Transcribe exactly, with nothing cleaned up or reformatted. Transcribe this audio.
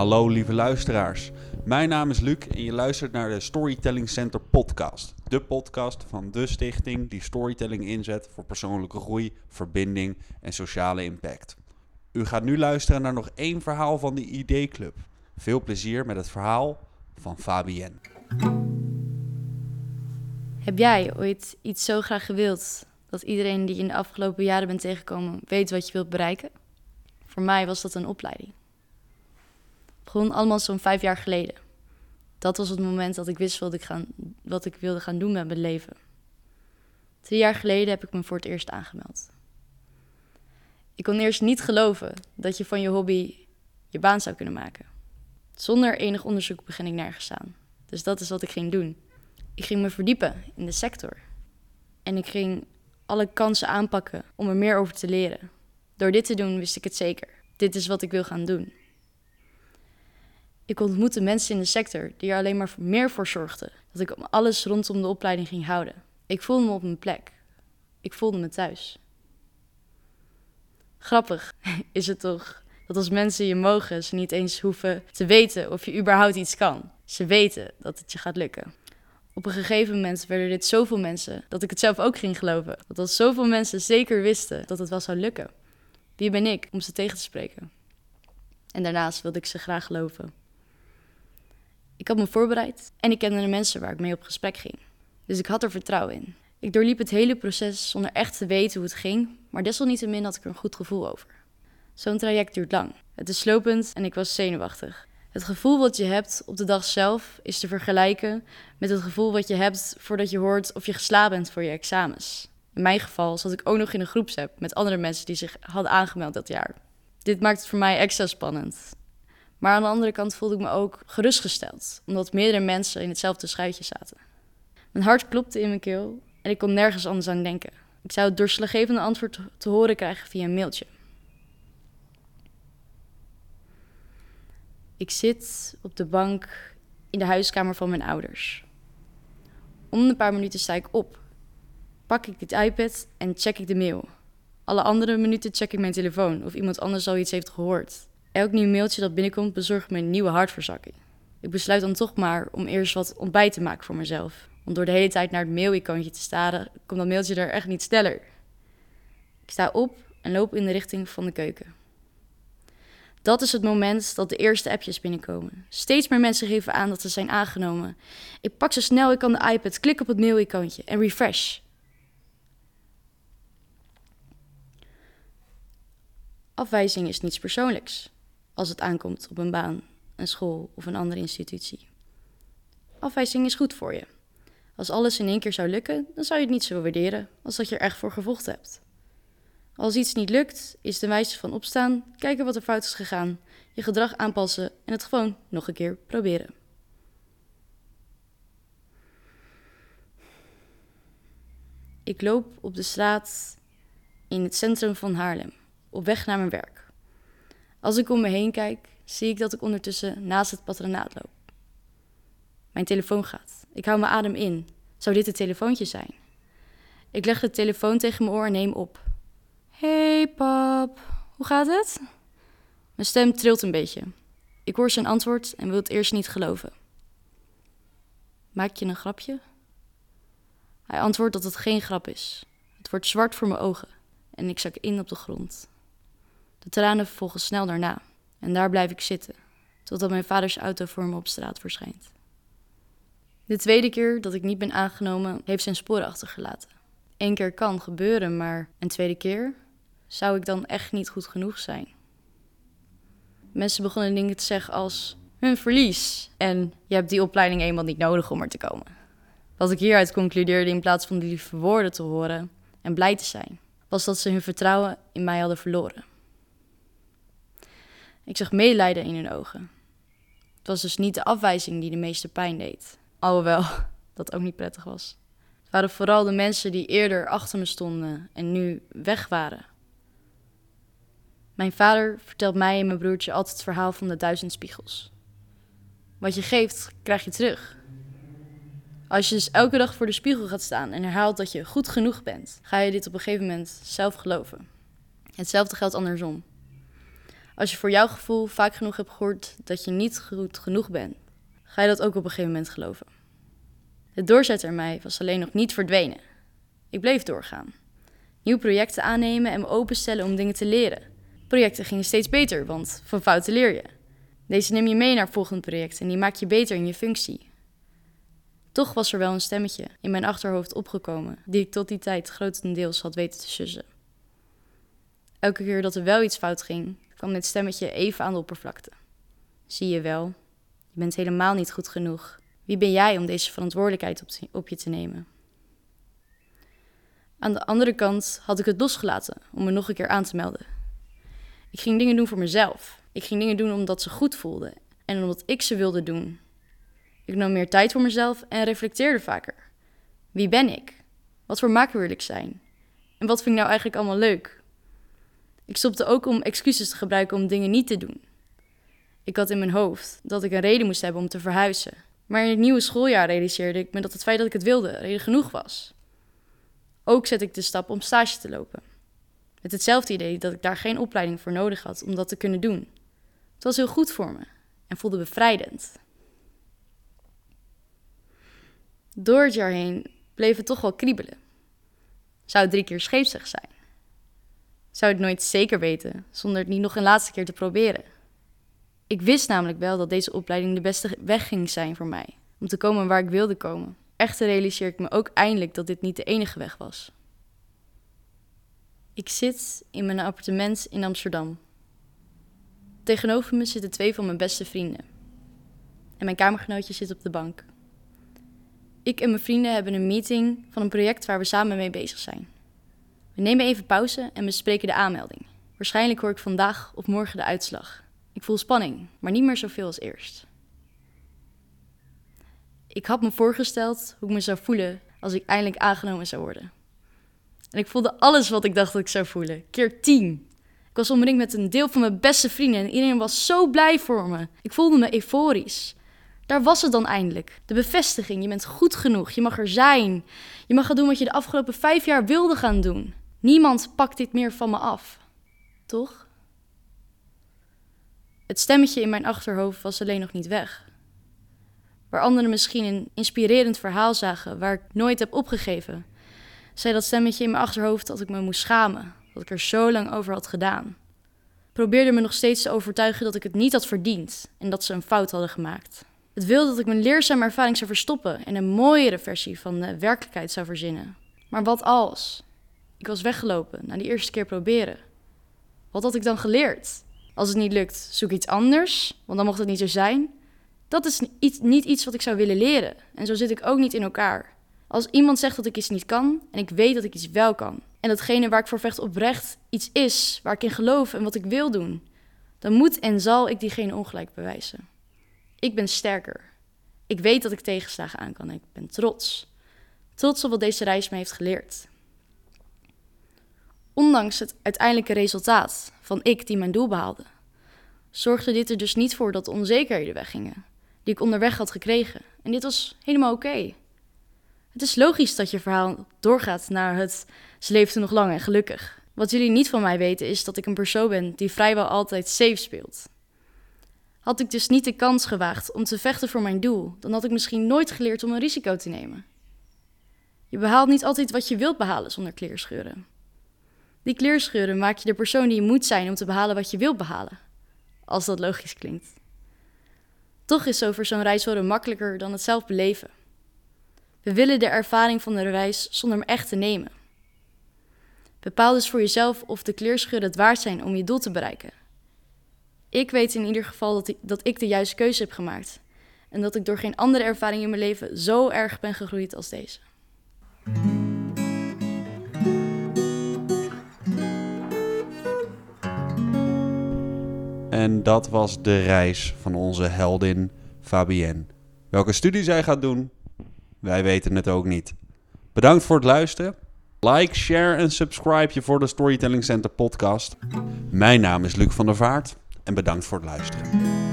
Hallo lieve luisteraars, mijn naam is Luc en je luistert naar de Storytelling Center podcast. De podcast van de stichting die storytelling inzet voor persoonlijke groei, verbinding en sociale impact. U gaat nu luisteren naar nog één verhaal van de Ideeclub. Veel plezier met het verhaal van Fabienne. Heb jij ooit iets zo graag gewild dat iedereen die je in de afgelopen jaren bent tegengekomen weet wat je wilt bereiken? Voor mij was dat een opleiding. Het begon allemaal zo'n vijf jaar geleden. Dat was het moment dat ik wist wat ik, gaan, wat ik wilde gaan doen met mijn leven. Drie jaar geleden heb ik me voor het eerst aangemeld. Ik kon eerst niet geloven dat je van je hobby je baan zou kunnen maken. Zonder enig onderzoek begin ik nergens aan. Dus dat is wat ik ging doen. Ik ging me verdiepen in de sector. En ik ging alle kansen aanpakken om er meer over te leren. Door dit te doen wist ik het zeker. Dit is wat ik wil gaan doen. Ik ontmoette mensen in de sector die er alleen maar meer voor zorgden. Dat ik om alles rondom de opleiding ging houden. Ik voelde me op mijn plek. Ik voelde me thuis. Grappig is het toch dat als mensen je mogen, ze niet eens hoeven te weten of je überhaupt iets kan. Ze weten dat het je gaat lukken. Op een gegeven moment werden dit zoveel mensen dat ik het zelf ook ging geloven. Dat als zoveel mensen zeker wisten dat het wel zou lukken. Wie ben ik om ze tegen te spreken? En daarnaast wilde ik ze graag geloven. Ik had me voorbereid en ik kende de mensen waar ik mee op gesprek ging. Dus ik had er vertrouwen in. Ik doorliep het hele proces zonder echt te weten hoe het ging, maar desalniettemin had ik er een goed gevoel over. Zo'n traject duurt lang. Het is slopend en ik was zenuwachtig. Het gevoel wat je hebt op de dag zelf is te vergelijken met het gevoel wat je hebt voordat je hoort of je geslaagd bent voor je examens. In mijn geval zat ik ook nog in een groepsapp met andere mensen die zich hadden aangemeld dat jaar. Dit maakt het voor mij extra spannend. Maar aan de andere kant voelde ik me ook gerustgesteld, omdat meerdere mensen in hetzelfde schuitje zaten. Mijn hart klopte in mijn keel en ik kon nergens anders aan denken. Ik zou het doorslaggevende antwoord te horen krijgen via een mailtje. Ik zit op de bank in de huiskamer van mijn ouders. Om een paar minuten sta ik op. Pak ik het iPad en check ik de mail. Alle andere minuten check ik mijn telefoon of iemand anders al iets heeft gehoord. Elk nieuw mailtje dat binnenkomt bezorgt me een nieuwe hartverzakking. Ik besluit dan toch maar om eerst wat ontbijt te maken voor mezelf. Want door de hele tijd naar het mail-icoontje te staren, komt dat mailtje er echt niet sneller. Ik sta op en loop in de richting van de keuken. Dat is het moment dat de eerste appjes binnenkomen. Steeds meer mensen geven aan dat ze zijn aangenomen. Ik pak zo snel ik kan de iPad, klik op het mail-icoontje en refresh. Afwijzing is niets persoonlijks als het aankomt op een baan, een school of een andere institutie. Afwijzing is goed voor je. Als alles in één keer zou lukken, dan zou je het niet zo waarderen als dat je er echt voor gevochten hebt. Als iets niet lukt, is de wijze van opstaan, kijken wat er fout is gegaan, je gedrag aanpassen en het gewoon nog een keer proberen. Ik loop op de straat in het centrum van Haarlem, op weg naar mijn werk. Als ik om me heen kijk, zie ik dat ik ondertussen naast het patronaat loop. Mijn telefoon gaat. Ik hou mijn adem in. Zou dit het telefoontje zijn? Ik leg de telefoon tegen mijn oor en neem op. Hey pap, hoe gaat het? Mijn stem trilt een beetje. Ik hoor zijn antwoord en wil het eerst niet geloven. Maak je een grapje? Hij antwoordt dat het geen grap is. Het wordt zwart voor mijn ogen en ik zak in op de grond. De tranen volgen snel daarna en daar blijf ik zitten, totdat mijn vaders auto voor me op straat verschijnt. De tweede keer dat ik niet ben aangenomen heeft zijn sporen achtergelaten. Eén keer kan gebeuren, maar een tweede keer zou ik dan echt niet goed genoeg zijn. Mensen begonnen dingen te zeggen als hun verlies en je hebt die opleiding eenmaal niet nodig om er te komen. Wat ik hieruit concludeerde in plaats van die lieve woorden te horen en blij te zijn, was dat ze hun vertrouwen in mij hadden verloren. Ik zag medelijden in hun ogen. Het was dus niet de afwijzing die de meeste pijn deed. Alhoewel, dat ook niet prettig was. Het waren vooral de mensen die eerder achter me stonden en nu weg waren. Mijn vader vertelt mij en mijn broertje altijd het verhaal van de duizend spiegels. Wat je geeft, krijg je terug. Als je dus elke dag voor de spiegel gaat staan en herhaalt dat je goed genoeg bent, ga je dit op een gegeven moment zelf geloven. Hetzelfde geldt andersom. Als je voor jouw gevoel vaak genoeg hebt gehoord dat je niet goed genoeg bent, ga je dat ook op een gegeven moment geloven. De doorzetter in mij was alleen nog niet verdwenen. Ik bleef doorgaan. Nieuwe projecten aannemen en me openstellen om dingen te leren. Projecten gingen steeds beter, want van fouten leer je. Deze neem je mee naar het volgende project en die maak je beter in je functie. Toch was er wel een stemmetje in mijn achterhoofd opgekomen, die ik tot die tijd grotendeels had weten te sussen. Elke keer dat er wel iets fout ging, kwam dit stemmetje even aan de oppervlakte. Zie je wel, je bent helemaal niet goed genoeg. Wie ben jij om deze verantwoordelijkheid op, te, op je te nemen? Aan de andere kant had ik het losgelaten om me nog een keer aan te melden. Ik ging dingen doen voor mezelf. Ik ging dingen doen omdat ze goed voelden en omdat ik ze wilde doen. Ik nam meer tijd voor mezelf en reflecteerde vaker. Wie ben ik? Wat voor maker wil ik zijn? En wat vind ik nou eigenlijk allemaal leuk? Ik stopte ook om excuses te gebruiken om dingen niet te doen. Ik had in mijn hoofd dat ik een reden moest hebben om te verhuizen. Maar in het nieuwe schooljaar realiseerde ik me dat het feit dat ik het wilde reden genoeg was. Ook zette ik de stap om stage te lopen. Met hetzelfde idee dat ik daar geen opleiding voor nodig had om dat te kunnen doen. Het was heel goed voor me en voelde bevrijdend. Door het jaar heen bleef het toch wel kriebelen. Zou het drie keer scheepsrecht zijn? Zou het nooit zeker weten, zonder het niet nog een laatste keer te proberen. Ik wist namelijk wel dat deze opleiding de beste weg ging zijn voor mij, om te komen waar ik wilde komen. Echter realiseer ik me ook eindelijk dat dit niet de enige weg was. Ik zit in mijn appartement in Amsterdam. Tegenover me zitten twee van mijn beste vrienden. En mijn kamergenootje zit op de bank. Ik en mijn vrienden hebben een meeting van een project waar we samen mee bezig zijn. We nemen even pauze en bespreken de aanmelding. Waarschijnlijk hoor ik vandaag of morgen de uitslag. Ik voel spanning, maar niet meer zoveel als eerst. Ik had me voorgesteld hoe ik me zou voelen als ik eindelijk aangenomen zou worden. En ik voelde alles wat ik dacht dat ik zou voelen, keer tien. Ik was omringd met een deel van mijn beste vrienden en iedereen was zo blij voor me. Ik voelde me euforisch. Daar was het dan eindelijk. De bevestiging, je bent goed genoeg, je mag er zijn. Je mag gaan doen wat je de afgelopen vijf jaar wilde gaan doen. Niemand pakt dit meer van me af. Toch? Het stemmetje in mijn achterhoofd was alleen nog niet weg. Waar anderen misschien een inspirerend verhaal zagen waar ik nooit heb opgegeven, zei dat stemmetje in mijn achterhoofd dat ik me moest schamen, dat ik er zo lang over had gedaan. Probeerde me nog steeds te overtuigen dat ik het niet had verdiend en dat ze een fout hadden gemaakt. Het wilde dat ik mijn leerzame ervaring zou verstoppen en een mooiere versie van de werkelijkheid zou verzinnen. Maar wat als? Ik was weggelopen na die eerste keer proberen. Wat had ik dan geleerd? Als het niet lukt, zoek iets anders, want dan mocht het niet zo zijn. Dat is niet iets wat ik zou willen leren en zo zit ik ook niet in elkaar. Als iemand zegt dat ik iets niet kan en ik weet dat ik iets wel kan, en datgene waar ik voor vecht oprecht iets is waar ik in geloof en wat ik wil doen, dan moet en zal ik diegene ongelijk bewijzen. Ik ben sterker. Ik weet dat ik tegenslagen aan kan en ik ben trots. Trots op wat deze reis me heeft geleerd. Ondanks het uiteindelijke resultaat van ik die mijn doel behaalde, zorgde dit er dus niet voor dat de onzekerheden weggingen, die ik onderweg had gekregen. En dit was helemaal oké. Okay. Het is logisch dat je verhaal doorgaat naar het ze leefde nog lang en gelukkig. Wat jullie niet van mij weten is dat ik een persoon ben die vrijwel altijd safe speelt. Had ik dus niet de kans gewaagd om te vechten voor mijn doel, dan had ik misschien nooit geleerd om een risico te nemen. Je behaalt niet altijd wat je wilt behalen zonder kleerscheuren. Die kleerscheuren maak je de persoon die je moet zijn om te behalen wat je wilt behalen. Als dat logisch klinkt. Toch is over zo'n reis worden makkelijker dan het zelf beleven. We willen de ervaring van de reis zonder hem echt te nemen. Bepaal dus voor jezelf of de kleerscheuren het waard zijn om je doel te bereiken. Ik weet in ieder geval dat ik, dat ik de juiste keuze heb gemaakt. En dat ik door geen andere ervaring in mijn leven zo erg ben gegroeid als deze. En dat was de reis van onze heldin Fabienne. Welke studie zij gaat doen, wij weten het ook niet. Bedankt voor het luisteren. Like, share en subscribe je voor de Storytelling Center podcast. Mijn naam is Luc van der Vaart en bedankt voor het luisteren.